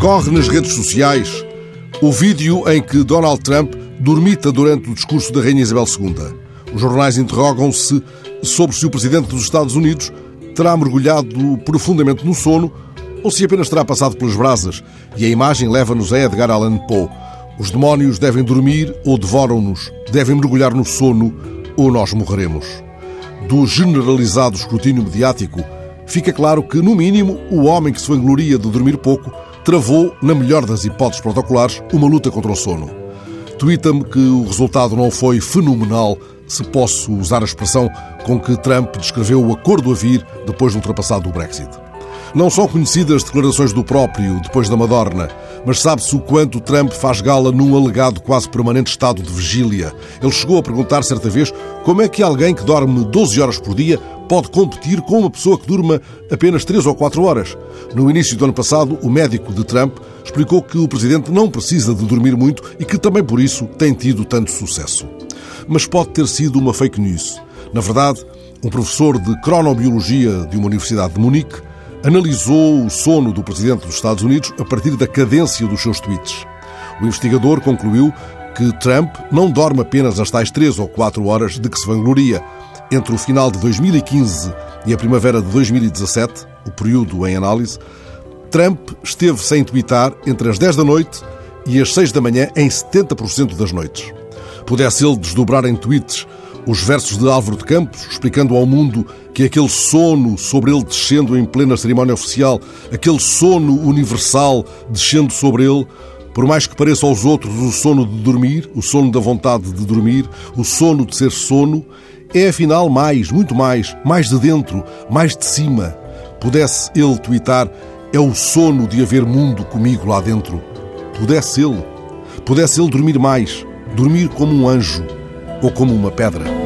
Corre nas redes sociais o vídeo em que Donald Trump dormita durante o discurso da Rainha Isabel II. Os jornais interrogam-se sobre se o Presidente dos Estados Unidos terá mergulhado profundamente no sono ou se apenas terá passado pelas brasas, e a imagem leva-nos a Edgar Allan Poe. Os demónios devem dormir ou devoram-nos, devem mergulhar no sono ou nós morreremos. Do generalizado escrutínio mediático, fica claro que, no mínimo, o homem que se vangloria de dormir pouco travou, na melhor das hipóteses protocolares, uma luta contra o sono. Tuita-me que o resultado não foi fenomenal, se posso usar a expressão com que Trump descreveu o acordo a vir depois de ultrapassado o Brexit. Não são conhecidas declarações do próprio depois da Madorna, mas sabe-se o quanto Trump faz gala num alegado quase permanente estado de vigília. Ele chegou a perguntar certa vez como é que alguém que dorme 12 horas por dia pode competir com uma pessoa que durma apenas 3 ou 4 horas. No início do ano passado, o médico de Trump explicou que o presidente não precisa de dormir muito e que também por isso tem tido tanto sucesso. Mas pode ter sido uma fake news. Na verdade, um professor de cronobiologia de uma universidade de Munique analisou o sono do presidente dos Estados Unidos a partir da cadência dos seus tweets. O investigador concluiu que Trump não dorme apenas as tais 3 ou 4 horas de que se vangloria. Entre o final de 2015 e a primavera de 2017, o período em análise, Trump esteve sem tweetar entre as 10 da noite e as 6 da manhã em 70% das noites. Pudesse ele desdobrar em tweets os versos de Álvaro de Campos, explicando ao mundo que aquele sono sobre ele descendo em plena cerimónia oficial, aquele sono universal descendo sobre ele, por mais que pareça aos outros o sono de dormir, o sono da vontade de dormir, o sono de ser sono, é afinal mais, muito mais de dentro, mais de cima. Pudesse ele tweetar, é o sono de haver mundo comigo lá dentro. Pudesse ele dormir mais, dormir como um anjo ou como uma pedra.